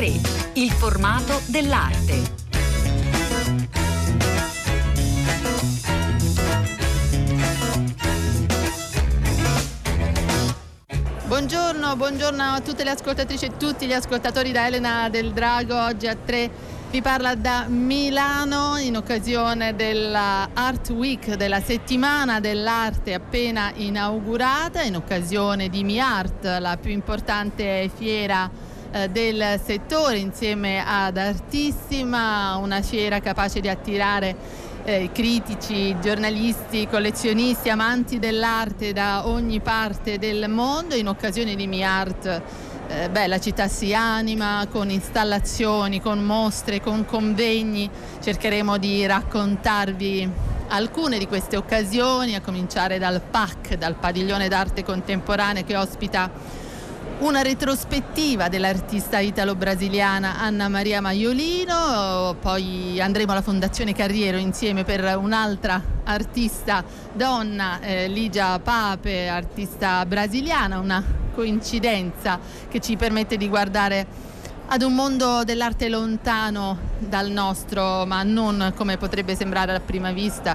3, il formato dell'arte. Buongiorno a tutte le ascoltatrici e tutti gli ascoltatori da Elena Del Drago. Oggi a 3 vi parla da Milano in occasione della Art Week, della settimana dell'arte appena inaugurata, in occasione di MiArt, la più importante fiera del settore, insieme ad Artissima, una fiera capace di attirare critici, giornalisti, collezionisti, amanti dell'arte da ogni parte del mondo. In occasione di MiArt la città si anima con installazioni, con mostre, con convegni. Cercheremo di raccontarvi alcune di queste occasioni, a cominciare dal PAC, dal Padiglione d'Arte Contemporanea, che ospita una retrospettiva dell'artista italo-brasiliana Anna Maria Maiolino. Poi andremo alla Fondazione Carriero insieme per un'altra artista donna, Ligia Pape, artista brasiliana, una coincidenza che ci permette di guardare ad un mondo dell'arte lontano dal nostro, ma non come potrebbe sembrare a prima vista.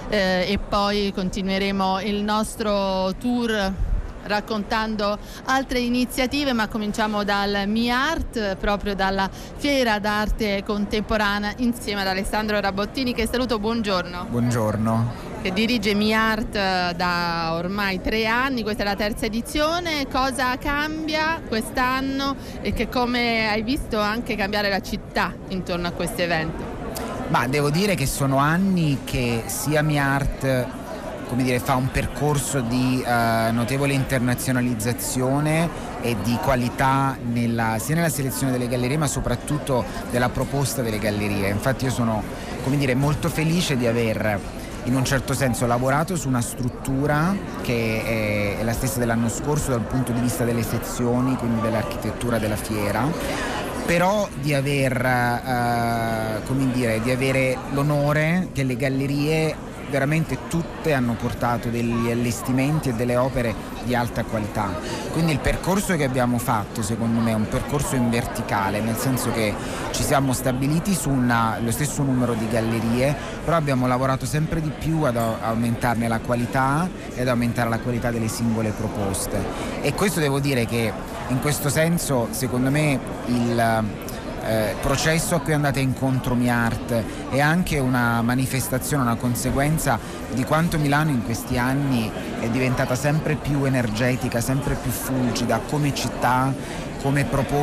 E poi continueremo il nostro tour raccontando altre iniziative, ma cominciamo dal MiArt, proprio dalla Fiera d'Arte Contemporanea, insieme ad Alessandro Rabottini, che saluto. Buongiorno. Buongiorno. Che dirige MiArt da ormai 3 anni, questa è la terza edizione. Cosa cambia quest'anno e che, come hai visto, anche cambiare la città intorno a questo evento? Ma devo dire che sono anni che sia MiArt, come dire, fa un percorso di notevole internazionalizzazione e di qualità sia nella selezione delle gallerie, ma soprattutto della proposta delle gallerie. Infatti io sono, come dire, molto felice di aver in un certo senso lavorato su una struttura che è la stessa dell'anno scorso dal punto di vista delle sezioni, quindi dell'architettura della fiera, però di aver di avere l'onore che le gallerie veramente tutte hanno portato degli allestimenti e delle opere di alta qualità. Quindi il percorso che abbiamo fatto, secondo me, è un percorso in verticale, nel senso che ci siamo stabiliti su lo stesso numero di gallerie, però abbiamo lavorato sempre di più ad aumentarne la qualità e ad aumentare la qualità delle singole proposte. E questo, devo dire che in questo senso, secondo me, il processo a cui è andata incontro MiArt è anche una manifestazione, una conseguenza di quanto Milano in questi anni è diventata sempre più energetica, sempre più fulgida come città, come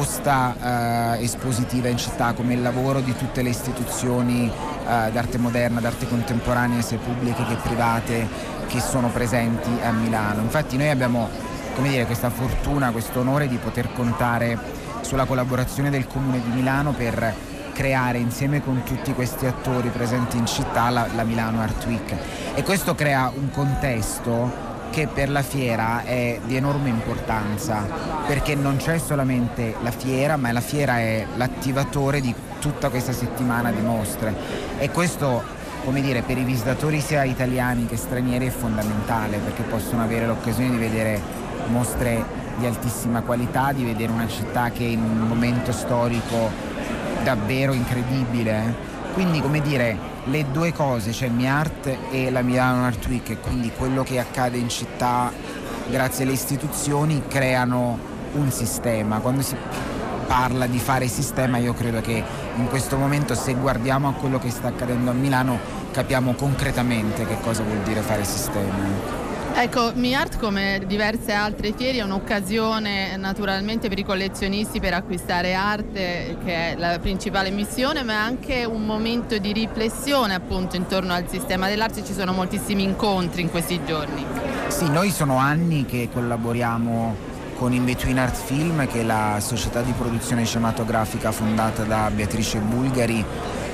proposta espositiva in città, come il lavoro di tutte le istituzioni d'arte moderna, d'arte contemporanea, sia pubbliche che private, che sono presenti a Milano. Infatti noi abbiamo, come dire, questa fortuna, questo onore di poter contare sulla collaborazione del Comune di Milano per creare, insieme con tutti questi attori presenti in città, la Milano Art Week. E questo crea un contesto che per la fiera è di enorme importanza, perché non c'è solamente la fiera, ma la fiera è l'attivatore di tutta questa settimana di mostre. E questo, come dire, per i visitatori sia italiani che stranieri è fondamentale, perché possono avere l'occasione di vedere mostre di altissima qualità, di vedere una città che è in un momento storico davvero incredibile. Quindi, come dire, le due cose, cioè MiArt e la Milano Art Week, e quindi quello che accade in città grazie alle istituzioni, creano un sistema. Quando si parla di fare sistema, io credo che in questo momento, se guardiamo a quello che sta accadendo a Milano, capiamo concretamente che cosa vuol dire fare sistema. Ecco, MiArt, come diverse altre fiere, è un'occasione naturalmente per i collezionisti per acquistare arte, che è la principale missione, ma è anche un momento di riflessione appunto intorno al sistema dell'arte. Ci sono moltissimi incontri in questi giorni. Sì, noi sono anni che collaboriamo con In Between Art Film, che è la società di produzione cinematografica fondata da Beatrice Bulgari,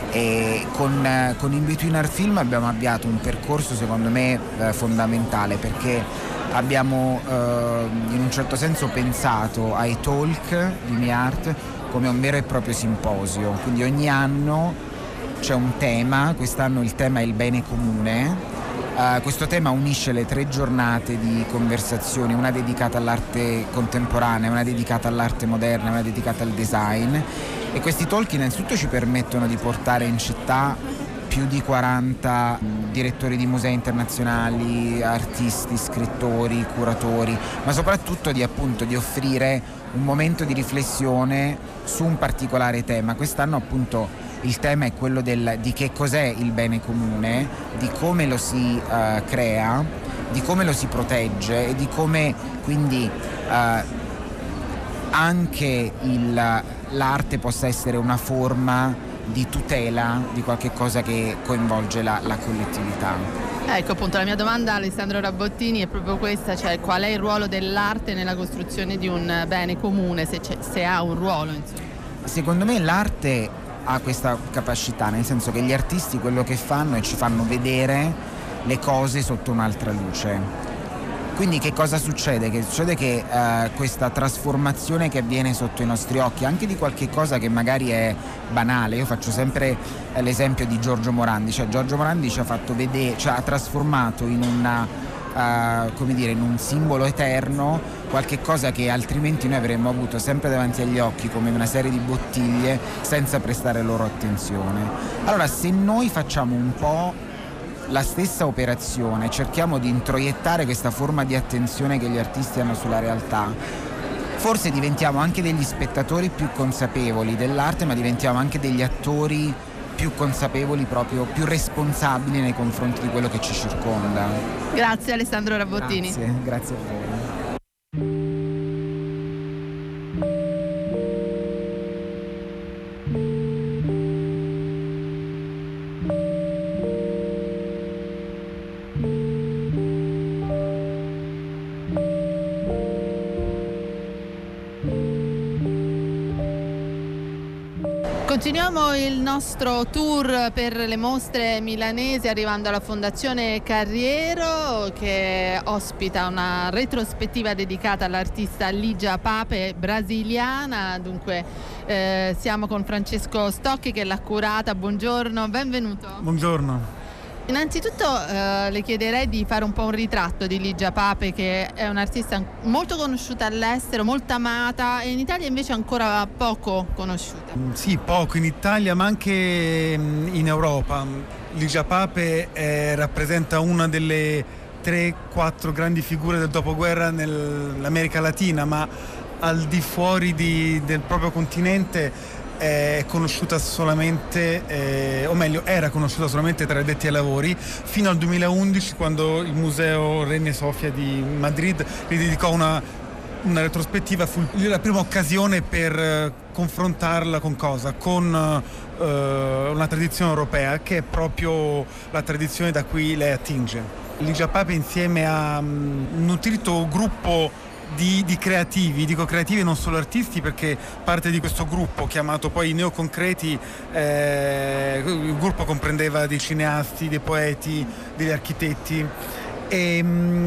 e con In Between Art Film abbiamo avviato un percorso, secondo me, fondamentale, perché abbiamo in un certo senso pensato ai talk di MiArt come un vero e proprio simposio. Quindi ogni anno c'è un tema, quest'anno il tema è il bene comune. Questo tema unisce le 3 giornate di conversazioni, una dedicata all'arte contemporanea, una dedicata all'arte moderna, una dedicata al design, E questi talk innanzitutto ci permettono di portare in città più di 40 direttori di musei internazionali, artisti, scrittori, curatori, ma soprattutto di offrire un momento di riflessione su un particolare tema. Quest'anno appunto il tema è quello di che cos'è il bene comune, di come lo si crea, di come lo si protegge e di come quindi anche l'arte possa essere una forma di tutela di qualche cosa che coinvolge la collettività. Ecco appunto la mia domanda, Alessandro Rabottini, è proprio questa, cioè qual è il ruolo dell'arte nella costruzione di un bene comune, se ha un ruolo, insomma. Secondo me l'arte ha questa capacità, nel senso che gli artisti quello che fanno è ci fanno vedere le cose sotto un'altra luce. Quindi che cosa succede? Che succede che questa trasformazione che avviene sotto i nostri occhi, anche di qualche cosa che magari è banale, io faccio sempre l'esempio di Giorgio Morandi, cioè Giorgio Morandi ci ha fatto vedere, ci ha trasformato in in un simbolo eterno qualche cosa che altrimenti noi avremmo avuto sempre davanti agli occhi come una serie di bottiglie senza prestare loro attenzione. Allora se noi facciamo un po' la stessa operazione, cerchiamo di introiettare questa forma di attenzione che gli artisti hanno sulla realtà, forse diventiamo anche degli spettatori più consapevoli dell'arte, ma diventiamo anche degli attori più consapevoli, proprio più responsabili nei confronti di quello che ci circonda. Grazie Alessandro Rabottini. Grazie a voi. Continuiamo il nostro tour per le mostre milanesi arrivando alla Fondazione Carriero che ospita una retrospettiva dedicata all'artista Ligia Pape brasiliana. Dunque siamo con Francesco Stocchi che l'ha curata. Buongiorno, benvenuto. Buongiorno. Innanzitutto le chiederei di fare un po' un ritratto di Ligia Pape, che è un'artista molto conosciuta all'estero, molto amata, e in Italia invece ancora poco conosciuta. Sì, poco in Italia ma anche in Europa. Ligia Pape rappresenta una delle 3-4 grandi figure del dopoguerra nell'America Latina, ma al di fuori del proprio continente è conosciuta solamente, o meglio era conosciuta solamente tra addetti ai lavori, fino al 2011 quando il Museo Reina Sofia di Madrid gli dedicò una retrospettiva. Fu la prima occasione per confrontarla con cosa? Con una tradizione europea che è proprio la tradizione da cui lei attinge. Ligia Pape insieme a un nutrito gruppo di creativi, dico creativi non solo artisti perché parte di questo gruppo chiamato poi Neoconcreti, il gruppo comprendeva dei cineasti, dei poeti, degli architetti e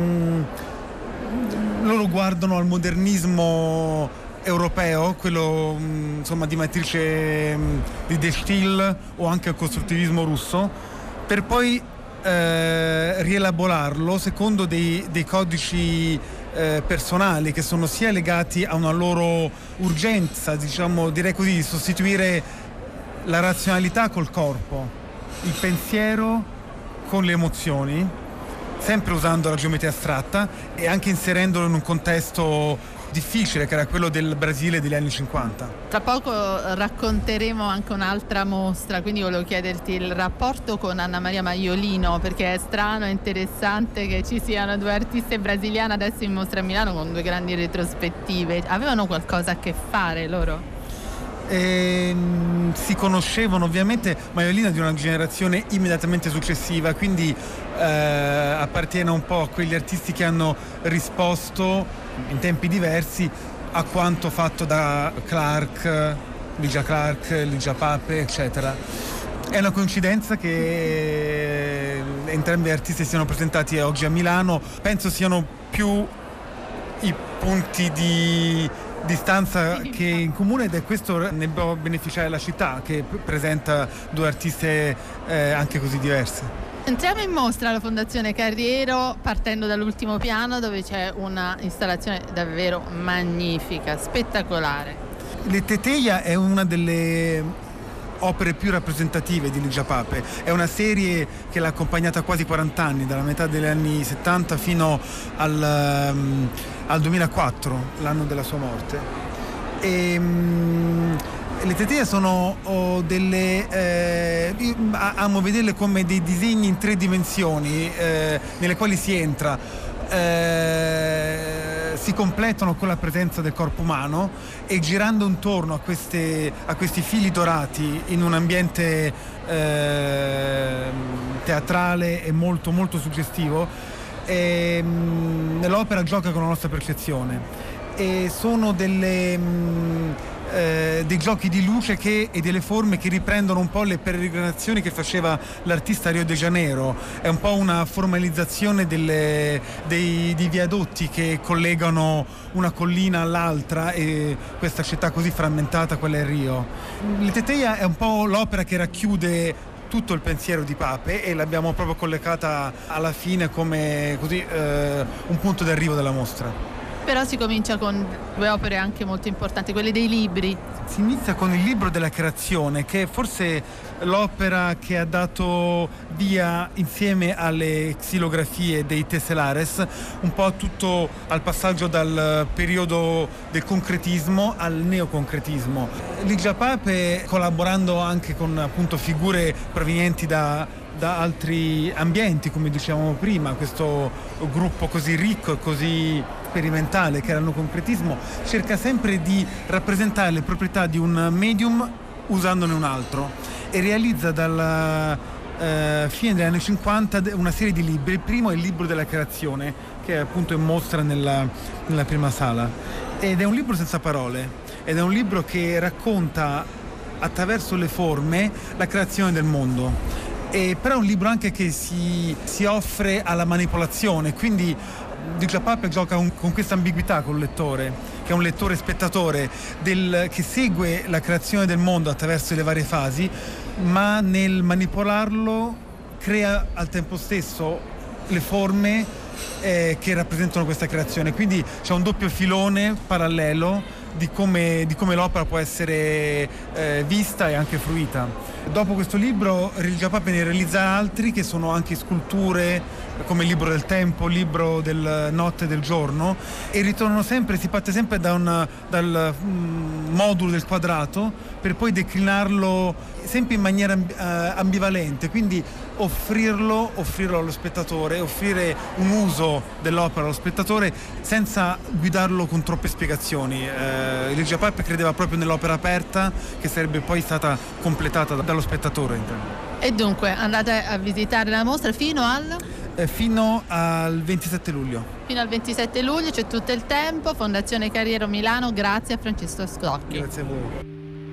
loro guardano al modernismo europeo, quello insomma di matrice di De Stijl o anche al costruttivismo russo, per poi rielaborarlo secondo dei codici personali che sono sia legati a una loro urgenza, diciamo, direi così, di sostituire la razionalità col corpo, il pensiero con le emozioni, sempre usando la geometria astratta e anche inserendolo in un contesto difficile che era quello del Brasile degli anni 50. Tra poco racconteremo anche un'altra mostra, quindi volevo chiederti il rapporto con Anna Maria Maiolino, perché è strano e interessante che ci siano due artiste brasiliane adesso in mostra a Milano con due grandi retrospettive. Avevano qualcosa a che fare loro? Si conoscevano ovviamente. Maiolino è di una generazione immediatamente successiva, quindi appartiene un po' a quegli artisti che hanno risposto in tempi diversi a quanto fatto da Ligia Pape, eccetera. È una coincidenza che entrambi gli artisti siano presentati oggi a Milano. Penso siano più i punti di distanza che in comune, ed è questo ne può beneficiare la città che presenta due artiste anche così diverse. Entriamo in mostra alla Fondazione Carriero partendo dall'ultimo piano dove c'è una installazione davvero magnifica, spettacolare. Le Teteia è una delle opere più rappresentative di Ligia Pape. È una serie che l'ha accompagnata quasi 40 anni, dalla metà degli anni 70 fino al 2004, l'anno della sua morte. Le Teteia sono amo vederle come dei disegni in 3 dimensioni nelle quali si entra, si completano con la presenza del corpo umano, e girando intorno a questi fili dorati in un ambiente teatrale e molto molto suggestivo, l'opera gioca con la nostra percezione, e sono dei giochi di luce e delle forme che riprendono un po' le peregrinazioni che faceva l'artista a Rio de Janeiro. È un po' una formalizzazione dei viadotti che collegano una collina all'altra, e questa città così frammentata qual è Rio. Le Teteia è un po' l'opera che racchiude tutto il pensiero di Pape, e l'abbiamo proprio collegata alla fine come così un punto d'arrivo della mostra. Però si comincia con 2 opere anche molto importanti, quelle dei libri. Si inizia con il libro della creazione, che è forse l'opera che ha dato via, insieme alle xilografie dei Teselares, un po' tutto al passaggio dal periodo del concretismo al neoconcretismo. Ligia Pape, collaborando anche con appunto figure provenienti da altri ambienti, come dicevamo prima, questo gruppo così ricco e così sperimentale che era il concretismo, cerca sempre di rappresentare le proprietà di un medium usandone un altro, e realizza dalla fine degli anni 50 una serie di libri. Il primo è il libro della creazione, che è appunto in mostra nella prima sala, ed è un libro senza parole, ed è un libro che racconta attraverso le forme la creazione del mondo. Però è un libro anche che si offre alla manipolazione, quindi Ligia Pape gioca con questa ambiguità col lettore, che è un lettore spettatore che segue la creazione del mondo attraverso le varie fasi, ma nel manipolarlo crea al tempo stesso le forme che rappresentano questa creazione. Quindi c'è un doppio filone parallelo di come l'opera può essere vista e anche fruita. Dopo questo libro Ligia Pape ne realizza altri che sono anche sculture, come il libro del tempo, il libro del notte e del giorno, e ritornano sempre, si parte sempre dal modulo del quadrato, per poi declinarlo sempre in maniera ambivalente, quindi offrirlo allo spettatore, offrire un uso dell'opera allo spettatore senza guidarlo con troppe spiegazioni. Ligia Pape credeva proprio nell'opera aperta, che sarebbe poi stata completata dallo spettatore. E dunque andate a visitare la mostra fino al 27 luglio. Fino al 27 luglio c'è tutto il tempo. Fondazione Carriero Milano, grazie a Francesco Sclocchi. Grazie a voi.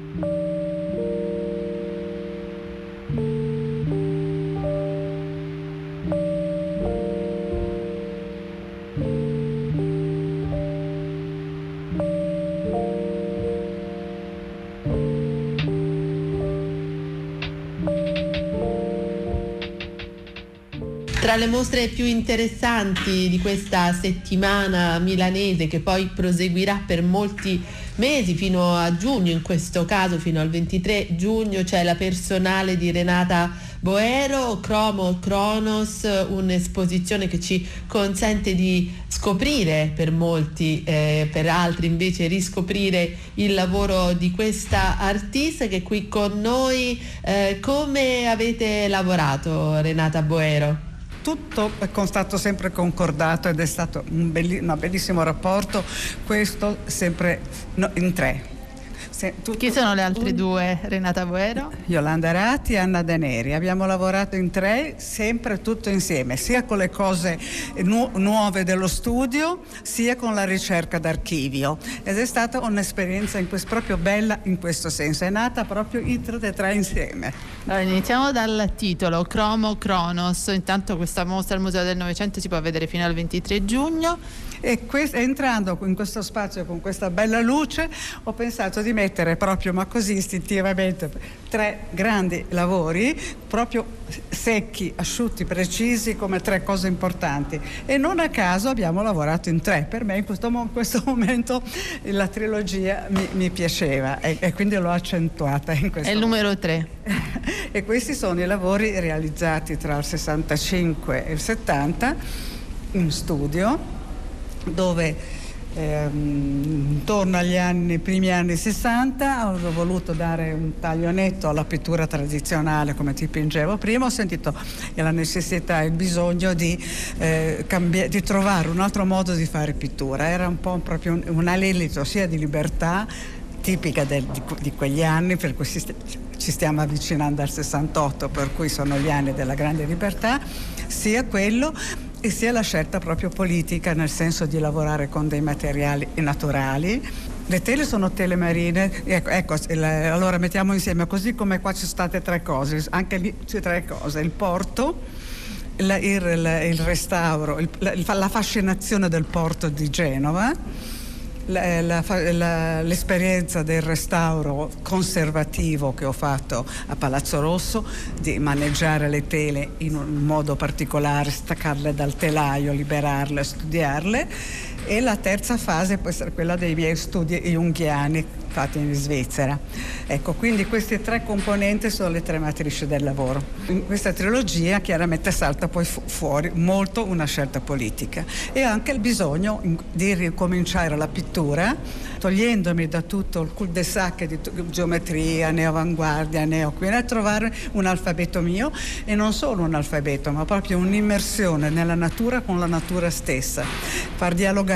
Tra le mostre più interessanti di questa settimana milanese, che poi proseguirà per molti mesi fino a giugno, in questo caso fino al 23 giugno, c'è la personale di Renata Boero, Cromo Cronos, un'esposizione che ci consente di scoprire per molti, per altri invece riscoprire il lavoro di questa artista che è qui con noi. Come avete lavorato, Renata Boero? Tutto è stato sempre concordato ed è stato un bellissimo rapporto, questo sempre in 3. Chi sono le altre 2, Renata Boero? Yolanda Ratti e Anna Daneri. Abbiamo lavorato in 3, sempre tutto insieme, sia con le cose nuove dello studio, sia con la ricerca d'archivio. Ed è stata un'esperienza proprio bella in questo senso. È nata proprio i 3 insieme. Allora, iniziamo dal titolo, Cromo Cronos. Intanto questa mostra al Museo del Novecento si può vedere fino al 23 giugno. E entrando in questo spazio con questa bella luce ho pensato di mettere ripetere proprio, ma così istintivamente, 3 grandi lavori proprio secchi, asciutti, precisi, come 3 cose importanti, e non a caso abbiamo lavorato in 3. Per me in questo momento la trilogia mi piaceva e quindi l'ho accentuata in questo. È il numero 3. E questi sono i lavori realizzati tra il 65 e il 70 in studio, dove intorno agli primi anni 60 ho voluto dare un taglio netto alla pittura tradizionale come ti dipingevo prima. Ho sentito la necessità e il bisogno di trovare un altro modo di fare pittura. Era un po' proprio un alelito sia di libertà tipica di quegli anni, per cui ci stiamo avvicinando al 68, per cui sono gli anni della grande libertà, sia quello e sia la scelta proprio politica, nel senso di lavorare con dei materiali naturali. Le tele sono tele marine, ecco, allora mettiamo insieme, così come qua ci sono state 3 cose, anche lì c'è 3 cose: il porto, il restauro, la fascinazione del porto di Genova, l'esperienza del restauro conservativo che ho fatto a Palazzo Rosso, di maneggiare le tele in un modo particolare, staccarle dal telaio, liberarle, studiarle. E la terza fase può essere quella dei miei studi junghiani fatti in Svizzera. Ecco, quindi queste 3 componenti sono le 3 matrici del lavoro. In questa trilogia chiaramente salta poi fuori molto una scelta politica e anche il bisogno di ricominciare la pittura, togliendomi da tutto il cul-de-sac di geometria, neoavanguardia, a trovare un alfabeto mio, e non solo un alfabeto, ma proprio un'immersione nella natura con la natura stessa, far dialogare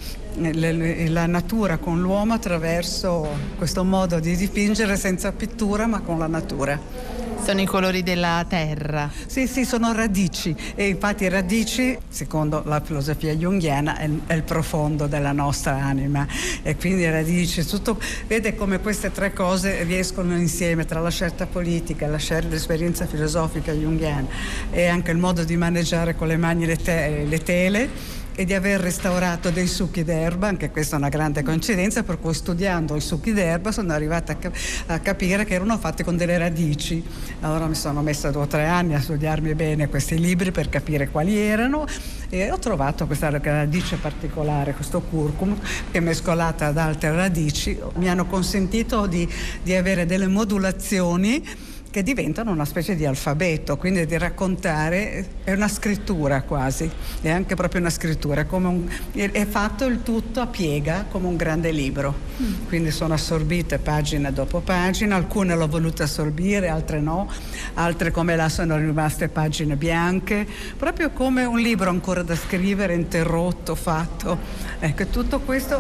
la natura con l'uomo attraverso questo modo di dipingere senza pittura ma con la natura. Sono i colori della terra. Sì, sono radici, e infatti radici, secondo la filosofia junghiana, è il profondo della nostra anima, e quindi radici, tutto, vede come queste 3 cose riescono insieme, tra la scelta politica, l'esperienza filosofica junghiana e anche il modo di maneggiare con le mani le tele, e di aver restaurato dei succhi d'erba. Anche questa è una grande coincidenza, per cui studiando i succhi d'erba sono arrivata a capire che erano fatti con delle radici. Allora mi sono messa 2 o 3 anni a studiarmi bene questi libri per capire quali erano, e ho trovato questa radice particolare, questo curcum, che mescolata ad altre radici mi hanno consentito di avere delle modulazioni che diventano una specie di alfabeto, quindi di raccontare, è una scrittura quasi, è anche proprio una scrittura, è fatto il tutto a piega come un grande libro. Quindi sono assorbite pagina dopo pagina, alcune l'ho volute assorbire, altre no, altre come là sono rimaste pagine bianche, proprio come un libro ancora da scrivere, interrotto, fatto. Ecco, tutto questo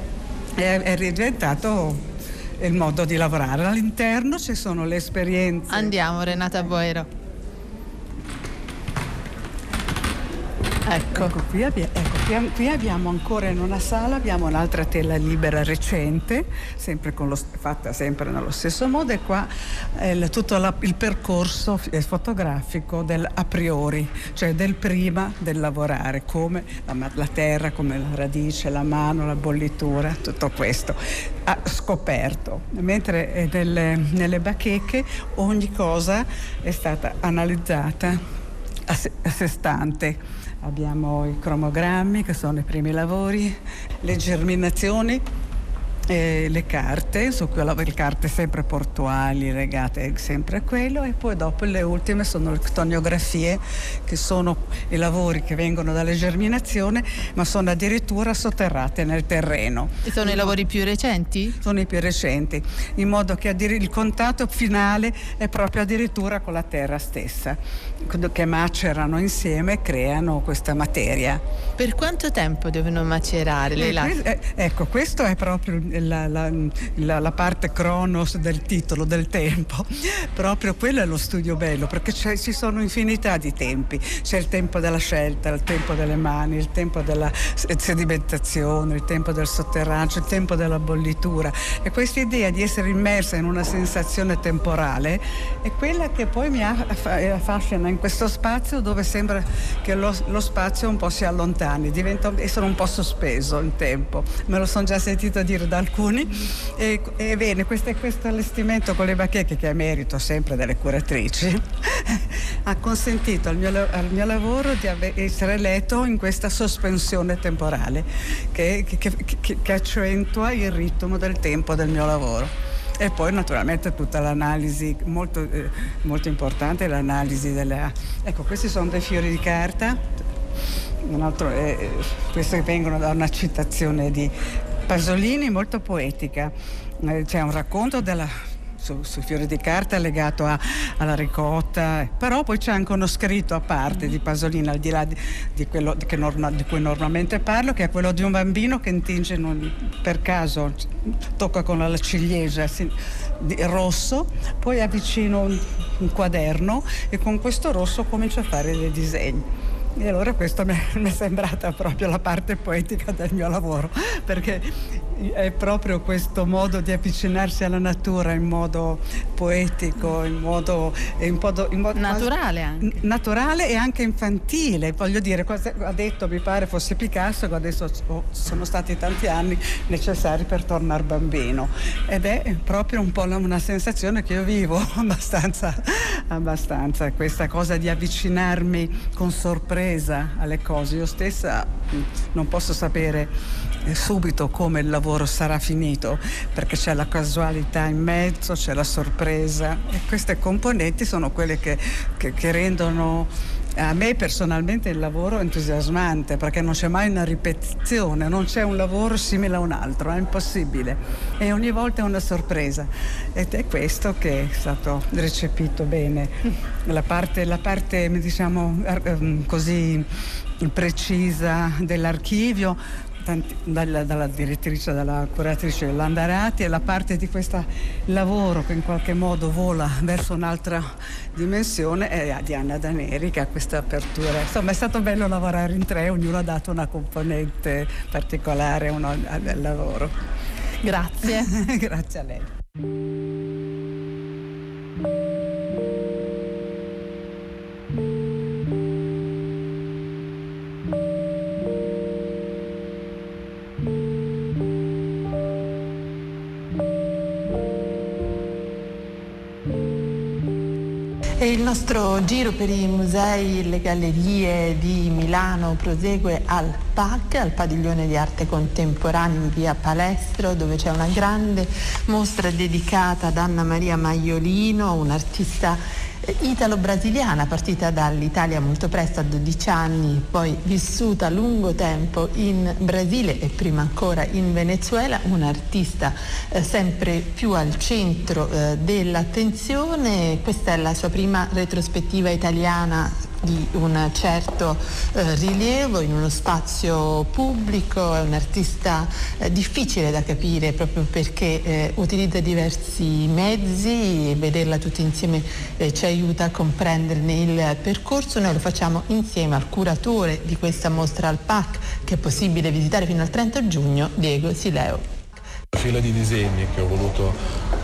è diventato il modo di lavorare. All'interno ci sono le esperienze. Andiamo, Renata Boero. Ecco, qui abbiamo ancora in una sala, abbiamo un'altra tela libera recente, fatta sempre nello stesso modo, e qua tutto il percorso fotografico del a priori, cioè del prima del lavorare, come la terra, come la radice, la mano, la bollitura, tutto questo scoperto, mentre nelle bacheche ogni cosa è stata analizzata a sé stante. Abbiamo i cromogrammi, che sono i primi lavori, le germinazioni, le carte, le carte sempre portuali, legate sempre a quello, e poi dopo le ultime sono le ctoniografie, che sono i lavori che vengono dalle germinazioni, ma sono addirittura sotterrate nel terreno. E sono i lavori più recenti? Sono i più recenti, in modo che il contatto finale è proprio addirittura con la terra stessa, che macerano insieme e creano questa materia. Per quanto tempo devono macerare? Ecco, questo è proprio la parte cronos del titolo, del tempo. Proprio quello è lo studio bello, perché ci sono infinità di tempi. C'è il tempo della scelta, il tempo delle mani, il tempo della sedimentazione, il tempo del sotterragio, il tempo della bollitura, e questa idea di essere immersa in una sensazione temporale è quella che poi mi affascina in questo spazio, dove sembra che lo spazio un po' si allontani, diventa essere un po' sospeso in tempo. Me lo sono già sentito dire da alcuni. E bene, questo allestimento con le bacheche, che è merito sempre delle curatrici, ha consentito al mio lavoro di essere letto in questa sospensione temporale che accentua il ritmo del tempo del mio lavoro. E poi naturalmente tutta l'analisi molto importante, l'analisi ecco, questi sono dei fiori di carta, questi vengono da una citazione di Pasolini molto poetica. C'è un racconto sui fiori di carta legato alla ricotta, però poi c'è anche uno scritto a parte di Pasolini, al di là di quello di cui normalmente parlo, che è quello di un bambino che intinge per caso, tocca con la ciliegia rosso, poi avvicino un quaderno e con questo rosso comincia a fare dei disegni. E allora questo mi è sembrata proprio la parte poetica del mio lavoro, perché è proprio questo modo di avvicinarsi alla natura in modo poetico, in modo naturale anche. Naturale e anche infantile. Voglio dire, ha detto, mi pare fosse Picasso, che adesso sono stati tanti anni necessari per tornare bambino, ed è proprio un po' una sensazione che io vivo abbastanza, questa cosa di avvicinarmi con sorpresa alle cose. Io stessa non posso sapere subito come il lavoro sarà finito, perché c'è la casualità in mezzo, c'è la sorpresa, e queste componenti sono quelle che rendono a me personalmente il lavoro entusiasmante, perché non c'è mai una ripetizione, non c'è un lavoro simile a un altro, è impossibile, e ogni volta è una sorpresa, ed è questo che è stato recepito bene. La parte diciamo così precisa dell'archivio dalla direttrice, dalla curatrice Landarati, e la parte di questo lavoro che in qualche modo vola verso un'altra dimensione è di Anna Daneri, che ha questa apertura. Insomma, è stato bello lavorare in tre, ognuno ha dato una componente particolare al lavoro. Grazie. Grazie a lei. E il nostro giro per i musei e le gallerie di Milano prosegue al PAC, al Padiglione di Arte Contemporanea in via Palestro, dove c'è una grande mostra dedicata ad Anna Maria Maiolino, un'artista italo-brasiliana, partita dall'Italia molto presto, a 12 anni, poi vissuta a lungo tempo in Brasile e prima ancora in Venezuela, un'artista sempre più al centro dell'attenzione. Questa è la sua prima retrospettiva italiana di un certo rilievo in uno spazio pubblico. È un artista difficile da capire, proprio perché utilizza diversi mezzi, e vederla tutti insieme ci aiuta a comprenderne il percorso. Noi lo facciamo insieme al curatore di questa mostra al PAC, che è possibile visitare fino al 30 giugno, Diego Sileo. La fila di disegni che ho voluto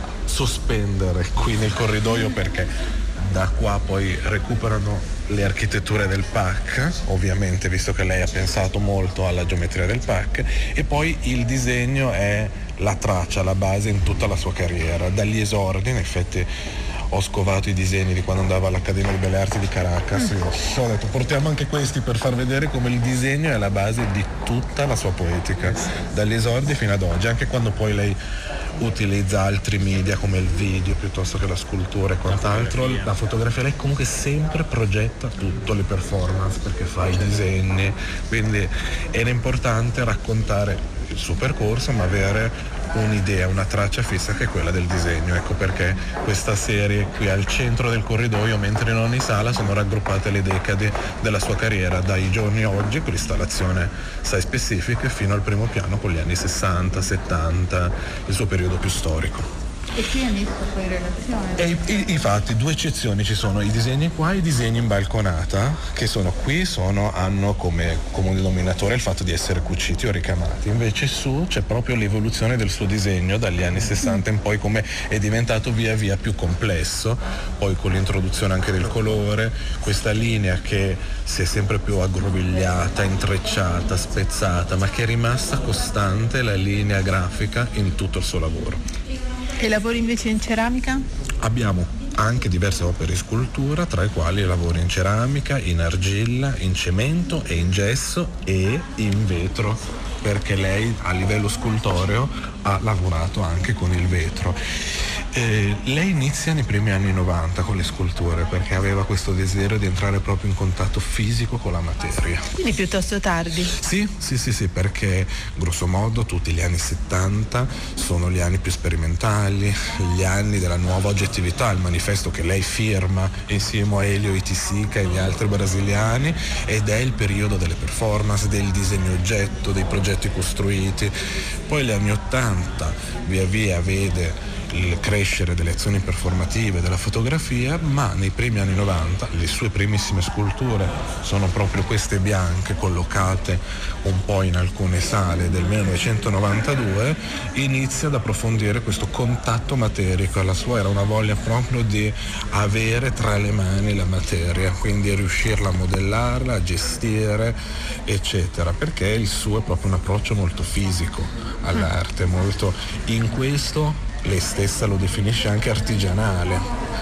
sospendere qui nel corridoio, perché da qua poi recuperano le architetture del PAC, ovviamente, visto che lei ha pensato molto alla geometria del PAC, e poi il disegno è la traccia, la base in tutta la sua carriera, dagli esordi. In effetti ho scovato i disegni di quando andava all'Accademia di Belle Arti di Caracas, ho detto portiamo anche questi per far vedere come il disegno è la base di tutta la sua poetica, dagli esordi fino ad oggi, anche quando poi lei utilizza altri media come il video piuttosto che la scultura e quant'altro. La fotografia, lei comunque sempre progetta tutto, le performance, perché fa i disegni, quindi era importante raccontare il suo percorso ma avere un'idea, una traccia fissa, che è quella del disegno. Ecco perché questa serie qui al centro del corridoio, mentre in ogni sala sono raggruppate le decadi della sua carriera, dai giorni oggi con l'installazione site specifiche fino al primo piano con gli anni 60, 70, il suo periodo più storico. E qui è messo poi in relazione. E infatti due eccezioni ci sono, i disegni qua e i disegni in balconata, che sono qui, hanno come comune denominatore il fatto di essere cuciti o ricamati. Invece su c'è proprio l'evoluzione del suo disegno dagli anni 60 in poi, come è diventato via via più complesso, poi con l'introduzione anche del colore, questa linea che si è sempre più aggrovigliata, intrecciata, spezzata, ma che è rimasta costante la linea grafica in tutto il suo lavoro. E lavori invece in ceramica? Abbiamo anche diverse opere in scultura, tra i quali lavori in ceramica, in argilla, in cemento e in gesso e in vetro, perché lei a livello scultoreo ha lavorato anche con il vetro. Lei inizia nei primi anni 90 con le sculture perché aveva questo desiderio di entrare proprio in contatto fisico con la materia. Quindi piuttosto tardi? Sì, perché grosso modo tutti gli anni 70 sono gli anni più sperimentali, gli anni della nuova oggettività, il manifesto che lei firma insieme a Elio Itisica e gli altri brasiliani, ed è il periodo delle performance, del disegno oggetto, dei progetti costruiti. Poi gli anni 80 via via vede il crescere delle azioni performative della fotografia, ma nei primi anni 90 le sue primissime sculture sono proprio queste bianche collocate un po' in alcune sale del 1992. Inizia ad approfondire questo contatto materico, la sua era una voglia proprio di avere tra le mani la materia, quindi riuscirla a modellarla, a gestire eccetera, perché il suo è proprio un approccio molto fisico all'arte, molto in questo. Lei stessa lo definisce anche artigianale,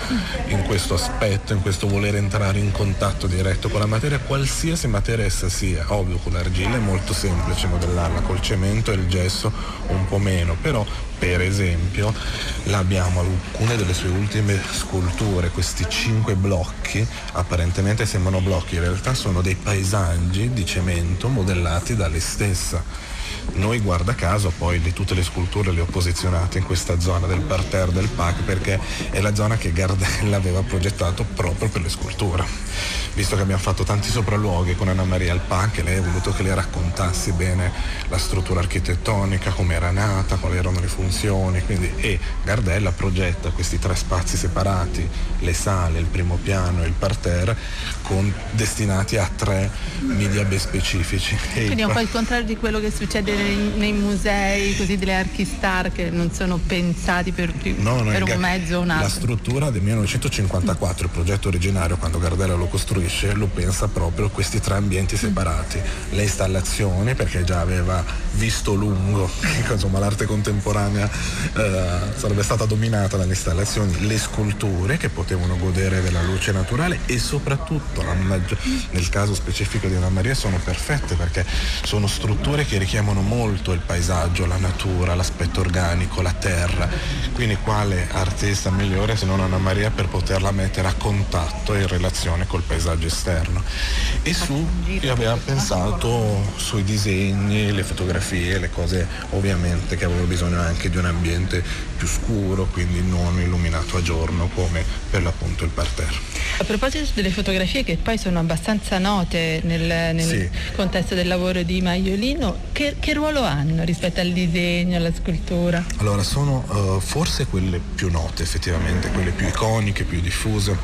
in questo aspetto, in questo voler entrare in contatto diretto con la materia, qualsiasi materia essa sia. Ovvio, con l'argilla è molto semplice modellarla, col cemento e il gesso un po' meno, però per esempio l'abbiamo alcune delle sue ultime sculture, questi 5 blocchi, apparentemente sembrano blocchi, in realtà sono dei paesaggi di cemento modellati da lei stessa. Noi, guarda caso, poi tutte le sculture le ho posizionate in questa zona del parterre del PAC, perché è la zona che Gardella aveva progettato proprio per le sculture. Visto che abbiamo fatto tanti sopralluoghi con Anna Maria al PAC, lei ha voluto che le raccontassi bene la struttura architettonica, come era nata, quali erano le funzioni, e Gardella progetta questi 3 spazi separati, le sale, il primo piano e il parterre, destinati a 3 media ben specifici. Quindi è un po' il contrario di quello che succede nei musei così delle archistar, che non sono pensati per un mezzo o un altro. La struttura del 1954, il progetto originario, quando Gardella lo costruisce, lo pensa proprio questi 3 ambienti separati. Le installazioni, perché già aveva visto lungo che insomma l'arte contemporanea sarebbe stata dominata dalle installazioni, le sculture che potevano godere della luce naturale, e soprattutto nel caso specifico di Anna Maria sono perfette perché sono strutture che richiamano molto il paesaggio, la natura, l'aspetto organico, la terra. Quindi quale artista migliore se non Anna Maria per poterla mettere a contatto in relazione col paesaggio esterno. E aveva pensato sui disegni, le fotografie, le cose ovviamente che avevano bisogno anche di un ambiente più scuro, quindi non illuminato a giorno come per l'appunto il parterre. A proposito delle fotografie, che poi sono abbastanza note nel contesto del lavoro di Maiolino, che ruolo hanno rispetto al disegno, alla scultura? Allora, sono forse quelle più note effettivamente, quelle più iconiche, più diffuse.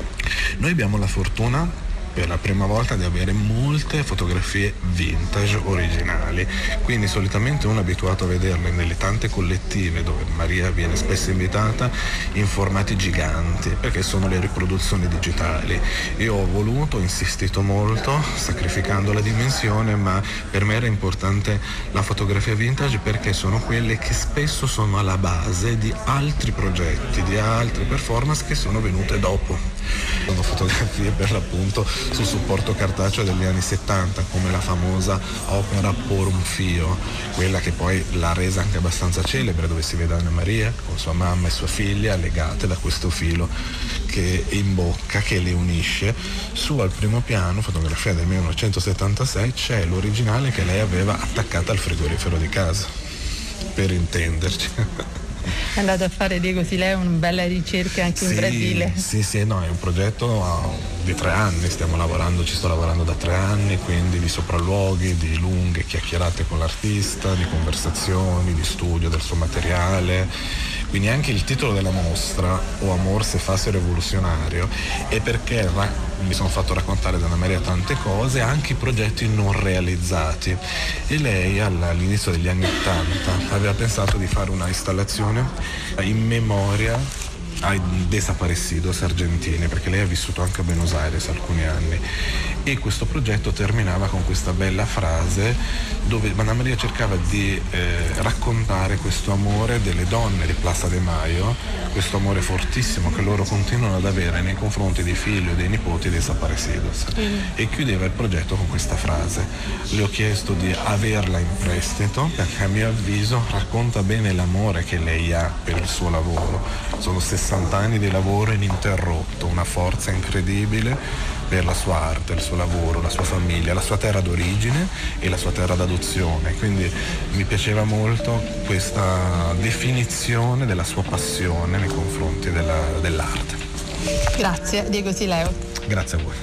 Noi abbiamo la fortuna per la prima volta di avere molte fotografie vintage originali, quindi solitamente uno è abituato a vederle nelle tante collettive dove Maria viene spesso invitata in formati giganti, perché sono le riproduzioni digitali. Io ho insistito molto, sacrificando la dimensione, ma per me era importante la fotografia vintage perché sono quelle che spesso sono alla base di altri progetti, di altre performance che sono venute dopo. Sono fotografie per l'appunto su supporto cartaceo degli anni 70, come la famosa opera Por un fio, quella che poi l'ha resa anche abbastanza celebre, dove si vede Anna Maria con sua mamma e sua figlia legate da questo filo che in bocca, che le unisce. Su al primo piano, fotografia del 1976, c'è l'originale che lei aveva attaccata al frigorifero di casa, per intenderci. È andato a fare Diego Sileo una bella ricerca anche in Brasile. Sì, no, è un progetto di 3 anni, ci sto lavorando da 3 anni, quindi di sopralluoghi, di lunghe chiacchierate con l'artista, di conversazioni, di studio del suo materiale, Quindi anche il titolo della mostra, O Amor se fase rivoluzionario, è perché mi sono fatto raccontare da Anna Maria tante cose, anche i progetti non realizzati. E lei all'inizio degli anni 80 aveva pensato di fare una installazione in memoria ai desaparecidos argentini, perché lei ha vissuto anche a Buenos Aires alcuni anni, e questo progetto terminava con questa bella frase dove Anna Maria cercava di raccontare questo amore delle donne di Plaza de Mayo, questo amore fortissimo che loro continuano ad avere nei confronti dei figli o dei nipoti desaparecidos. E chiudeva il progetto con questa frase. Le ho chiesto di averla in prestito perché a mio avviso racconta bene l'amore che lei ha per il suo lavoro. Sono 60 anni di lavoro ininterrotto, una forza incredibile per la sua arte, il suo lavoro, la sua famiglia, la sua terra d'origine e la sua terra d'adozione. Quindi mi piaceva molto questa definizione della sua passione nei confronti dell'arte. Grazie Diego Sileo. Grazie a voi.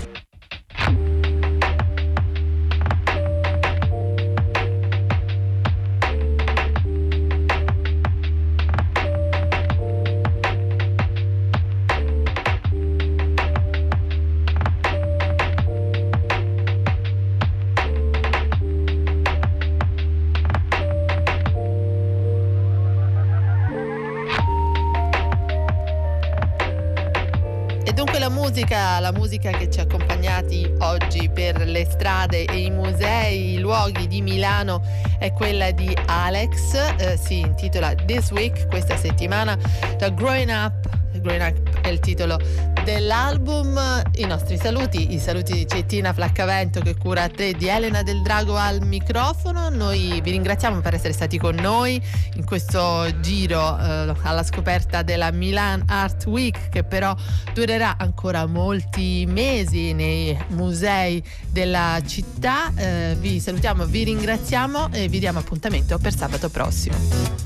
La musica che ci ha accompagnati oggi per le strade e i musei, i luoghi di Milano è quella di Alex, si intitola This Week, questa settimana, da Growing Up. Growing Up è il titolo dell'album. I nostri saluti, i saluti di Cettina Flaccavento che cura a te, di Elena Del Drago al microfono. Noi vi ringraziamo per essere stati con noi in questo giro alla scoperta della Milan Art Week, che però durerà ancora molti mesi nei musei della città. Vi salutiamo, vi ringraziamo e vi diamo appuntamento per sabato prossimo.